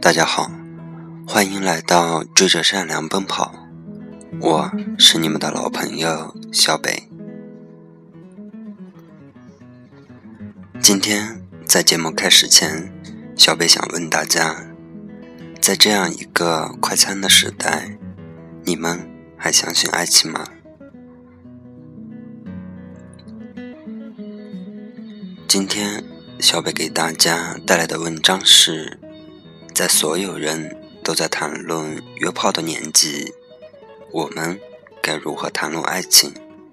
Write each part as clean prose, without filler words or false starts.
大家好，欢迎来到追着善良奔跑，我是你们的老朋友小北。今天在节目开始前，小北想问大家，在这样一个快餐的时代，你们还相信爱情吗？今天小北给大家带来的文章是，在所有人都在谈论约炮的年纪，我们该如何谈论爱情？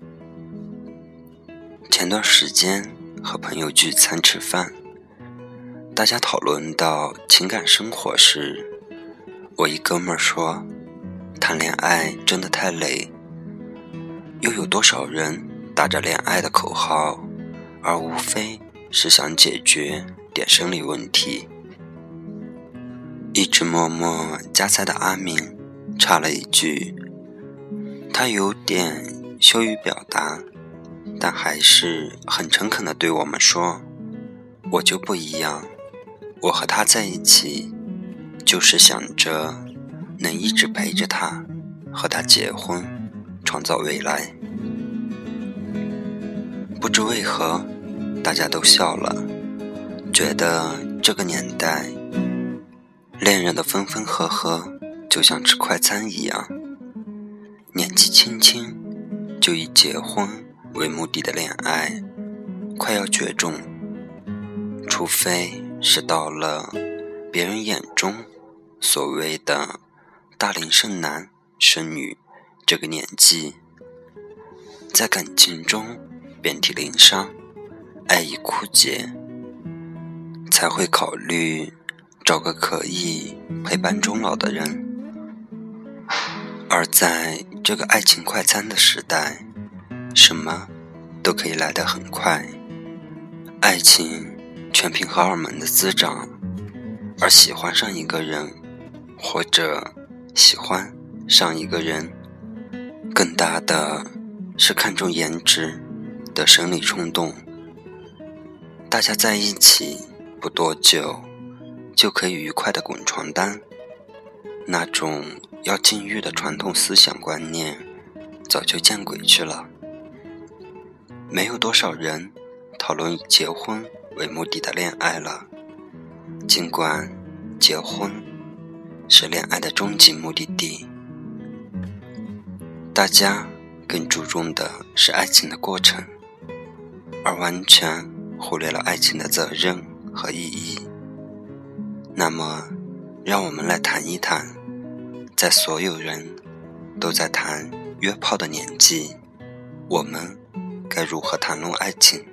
前段时间和朋友聚餐吃饭，大家讨论到情感生活时，我一哥们儿说，谈恋爱真的太累，又有多少人打着恋爱的口号，而无非是想解决点生理问题。一直默默夹菜的阿明插了一句，他有点羞于表达，但还是很诚恳地对我们说，我就不一样，我和他在一起就是想着能一直陪着他，和他结婚，创造未来。不知为何大家都笑了，觉得这个年代恋人的分分合合就像吃快餐一样，年纪轻轻就以结婚为目的的恋爱快要绝种，除非是到了别人眼中所谓的大龄剩男剩女这个年纪，在感情中遍体鳞伤，爱已枯竭，才会考虑找个可以陪伴终老的人。而在这个爱情快餐的时代，什么都可以来得很快，爱情全凭荷尔蒙的滋长，而喜欢上一个人或者喜欢上一个人，更大的是看重颜值的生理冲动。大家在一起不多久就可以愉快地滚床单，那种要禁欲的传统思想观念早就见鬼去了。没有多少人讨论以结婚为目的的恋爱了，尽管结婚是恋爱的终极目的地，大家更注重的是爱情的过程，而完全忽略了爱情的责任和意义。那么让我们来谈一谈，在所有人都在谈约炮的年纪，我们该如何谈论爱情？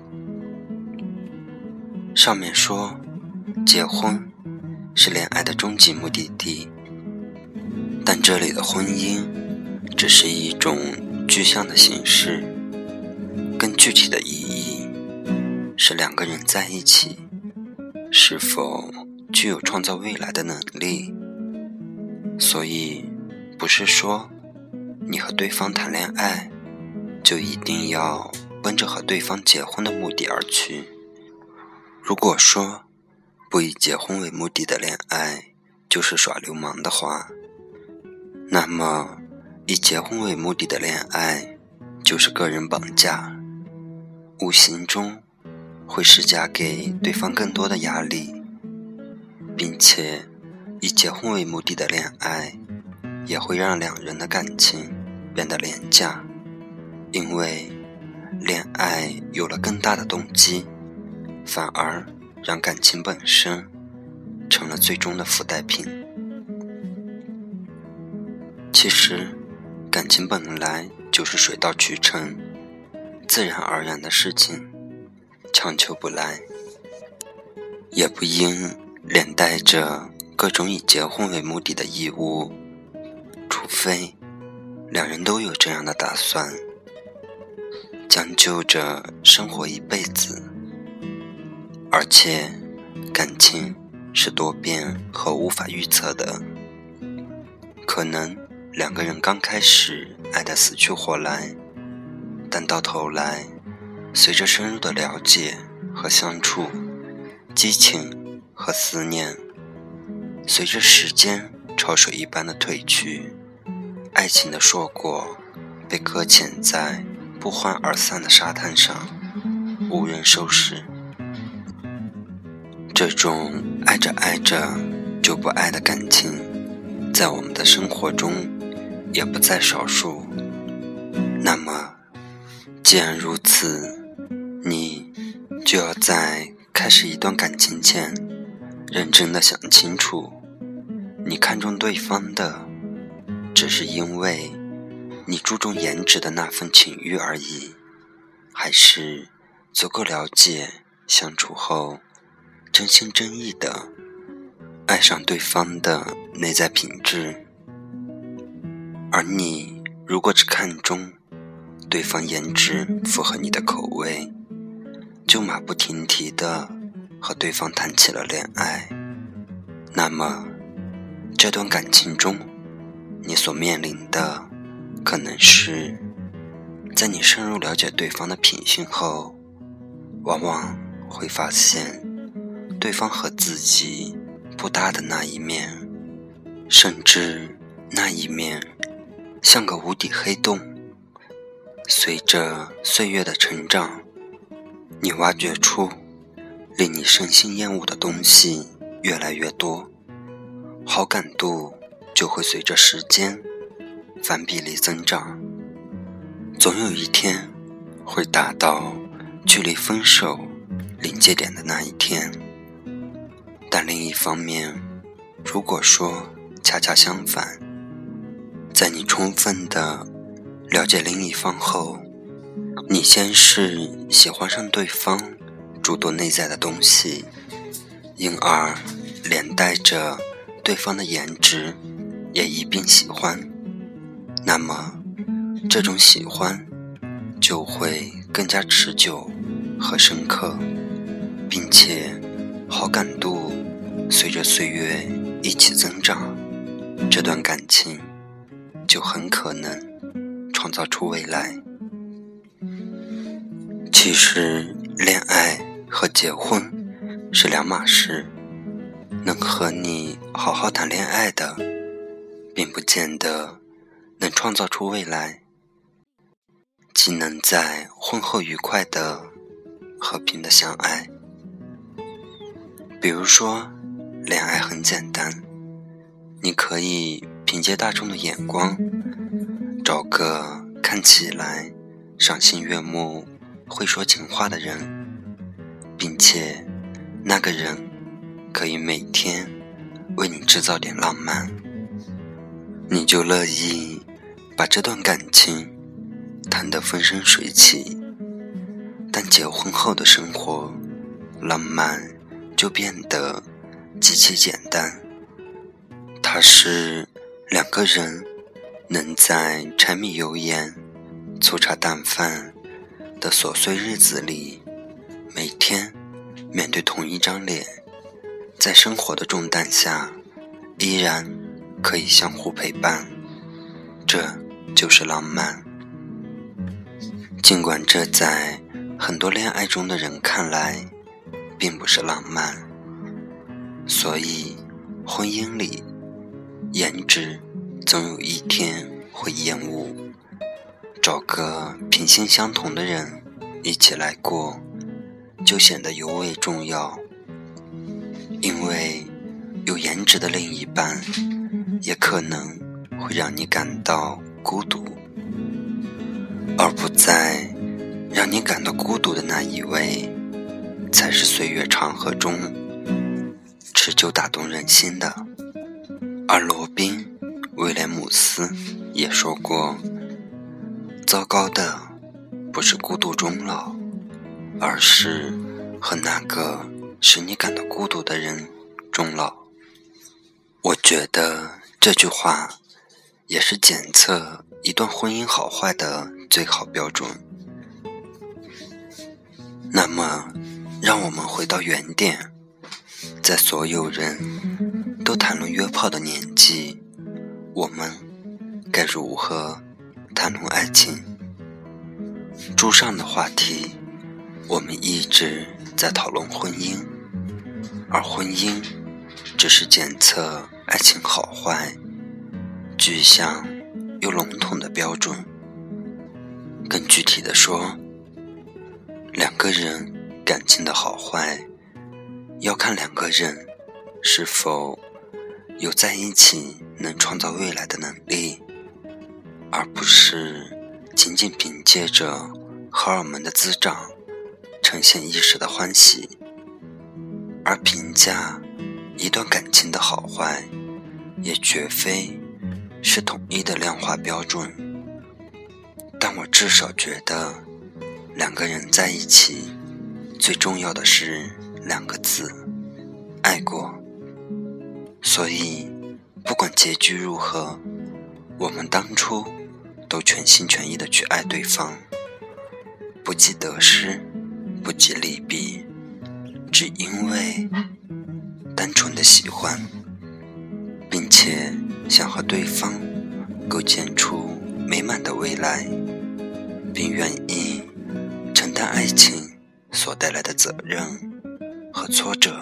上面说结婚是恋爱的终极目的地，但这里的婚姻只是一种具象的形式，更具体的意义是两个人在一起是否具有创造未来的能力。所以不是说你和对方谈恋爱就一定要奔着和对方结婚的目的而去。如果说不以结婚为目的的恋爱就是耍流氓的话，那么以结婚为目的的恋爱就是个人绑架，无形中会施加给对方更多的压力，并且以结婚为目的的恋爱也会让两人的感情变得廉价，因为恋爱有了更大的动机，反而让感情本身成了最终的附带品。其实感情本来就是水到渠成，自然而然的事情，强求不来，也不应连带着各种以结婚为目的的义务，除非两人都有这样的打算，将就着生活一辈子。而且感情是多变和无法预测的，可能两个人刚开始爱得死去活来，但到头来随着深入的了解和相处，激情和思念随着时间潮水一般的退去，爱情的硕果被搁浅在不欢而散的沙滩上，无人收拾。这种爱着爱着就不爱的感情，在我们的生活中也不在少数。那么既然如此，你就要在开始一段感情前认真地想清楚，你看重对方的只是因为你注重颜值的那份情欲而已，还是足够了解相处后真心真意的爱上对方的内在品质。而你如果只看重对方颜值符合你的口味，就马不停蹄地和对方谈起了恋爱，那么这段感情中你所面临的可能是，在你深入了解对方的品性后，往往会发现对方和自己不搭的那一面，甚至那一面像个无底黑洞。随着岁月的成长，你挖掘出令你身心厌恶的东西越来越多，好感度就会随着时间反比例增长，总有一天会达到距离分手临界点的那一天。但另一方面，如果说恰恰相反，在你充分的了解另一方后，你先是喜欢上对方诸多内在的东西，因而连带着对方的颜值也一并喜欢，那么这种喜欢就会更加持久和深刻，并且好感度随着岁月一起增长，这段感情就很可能创造出未来。其实恋爱和结婚是两码事，能和你好好谈恋爱的并不见得能创造出未来，既能在婚后愉快的和平的相爱。比如说恋爱很简单，你可以凭借大众的眼光找个看起来赏心悦目会说情话的人，并且那个人可以每天为你制造点浪漫，你就乐意把这段感情谈得风生水起。但结婚后的生活浪漫就变得极其简单，它是两个人能在柴米油盐粗茶淡饭的琐碎日子里，每天面对同一张脸，在生活的重担下依然可以相互陪伴，这就是浪漫。尽管这在很多恋爱中的人看来并不是浪漫，所以婚姻里颜值总有一天会厌恶，找个品性相同的人一起来过，就显得尤为重要。因为有颜值的另一半也可能会让你感到孤独，而不在让你感到孤独的那一位才是岁月长河中持久打动人心的。而罗宾·威廉姆斯也说过，糟糕的不是孤独终老，而是和那个使你感到孤独的人终老。我觉得这句话也是检测一段婚姻好坏的最好标准。那么让我们回到原点，在所有人都谈论约炮的年纪，我们该如何谈论爱情？书上的话题，我们一直在讨论婚姻，而婚姻只是检测爱情好坏，具象又笼统的标准。更具体的说，两个人感情的好坏，要看两个人是否有在一起能创造未来的能力，而不是仅仅凭借着荷尔蒙的滋长呈现一时的欢喜。而评价一段感情的好坏，也绝非是统一的量化标准。但我至少觉得，两个人在一起，最重要的是2个字：爱过。所以，不管结局如何，我们当初都全心全意地去爱对方，不计得失，不计利弊，只因为单纯的喜欢，并且想和对方构建出美满的未来，并愿意承担爱情所带来的责任和挫折。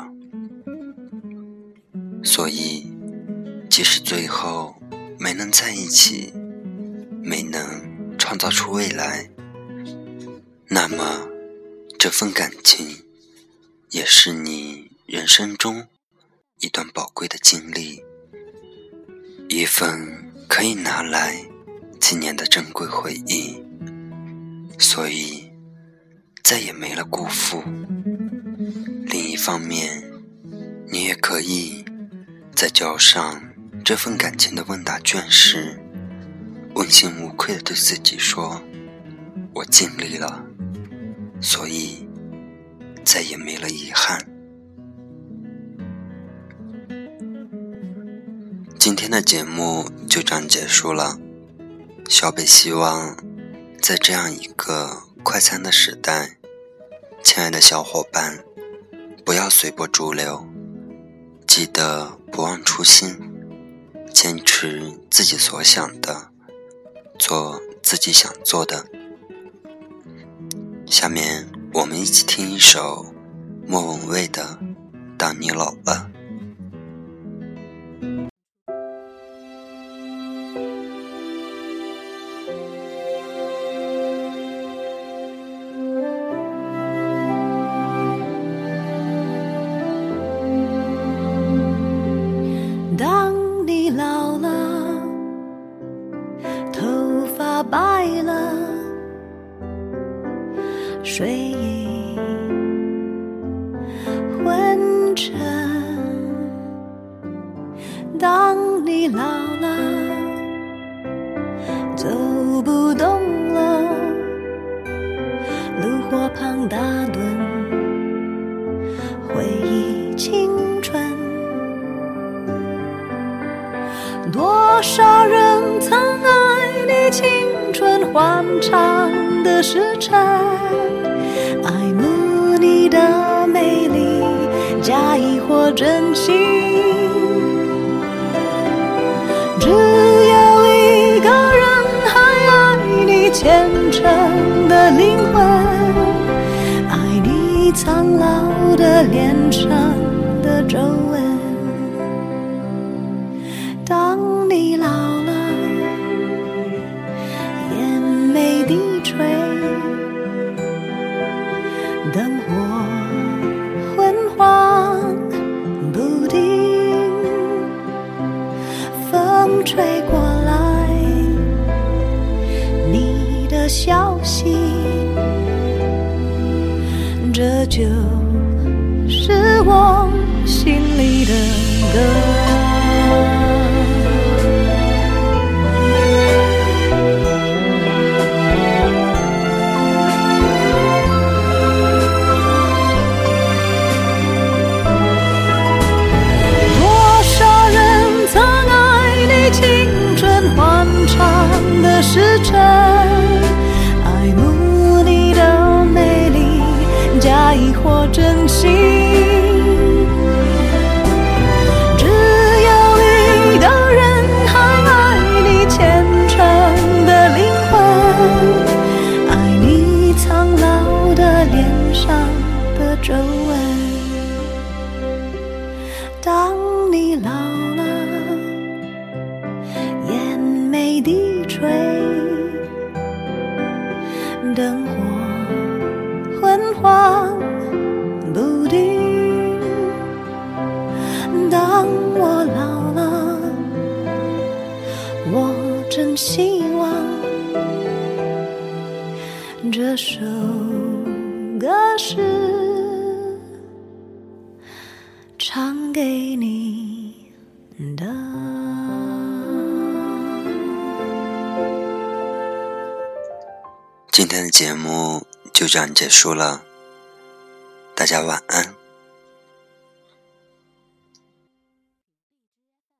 所以，即使最后没能在一起，没能创造出未来，那么这份感情也是你人生中一段宝贵的经历，一份可以拿来纪念的珍贵回忆。所以再也没了辜负。另一方面，你也可以在交上这份感情的问答卷时，问心无愧地对自己说，我尽力了，所以再也没了遗憾。今天的节目就这样结束了。小北希望在这样一个快餐的时代，亲爱的小伙伴，不要随波逐流，记得不忘初心，坚持自己所想的，做自己想做的。下面我们一起听一首莫文蔚的《当你老了》。 当你老了，头发白了，睡意昏沉。当你老了，走不动了，炉火旁打盹，回忆青春。多少人曾爱你青春欢畅的时辰，爱慕你的美丽，假意或真心。只有一个人还爱你虔诚的灵魂，爱你苍老的脸上的皱纹。当你老了，眼眉低垂，灯火昏黄不定，风吹过来你的消息，这就是我心里的歌。的时辰，爱慕你的美丽，假意或真心。只有一个人还爱你虔诚的灵魂，爱你苍老的脸上的皱纹。当灯火昏黄不定。当我老了，我真希望这首歌是唱给你的。 今天的节目就这样结束了，大家晚安。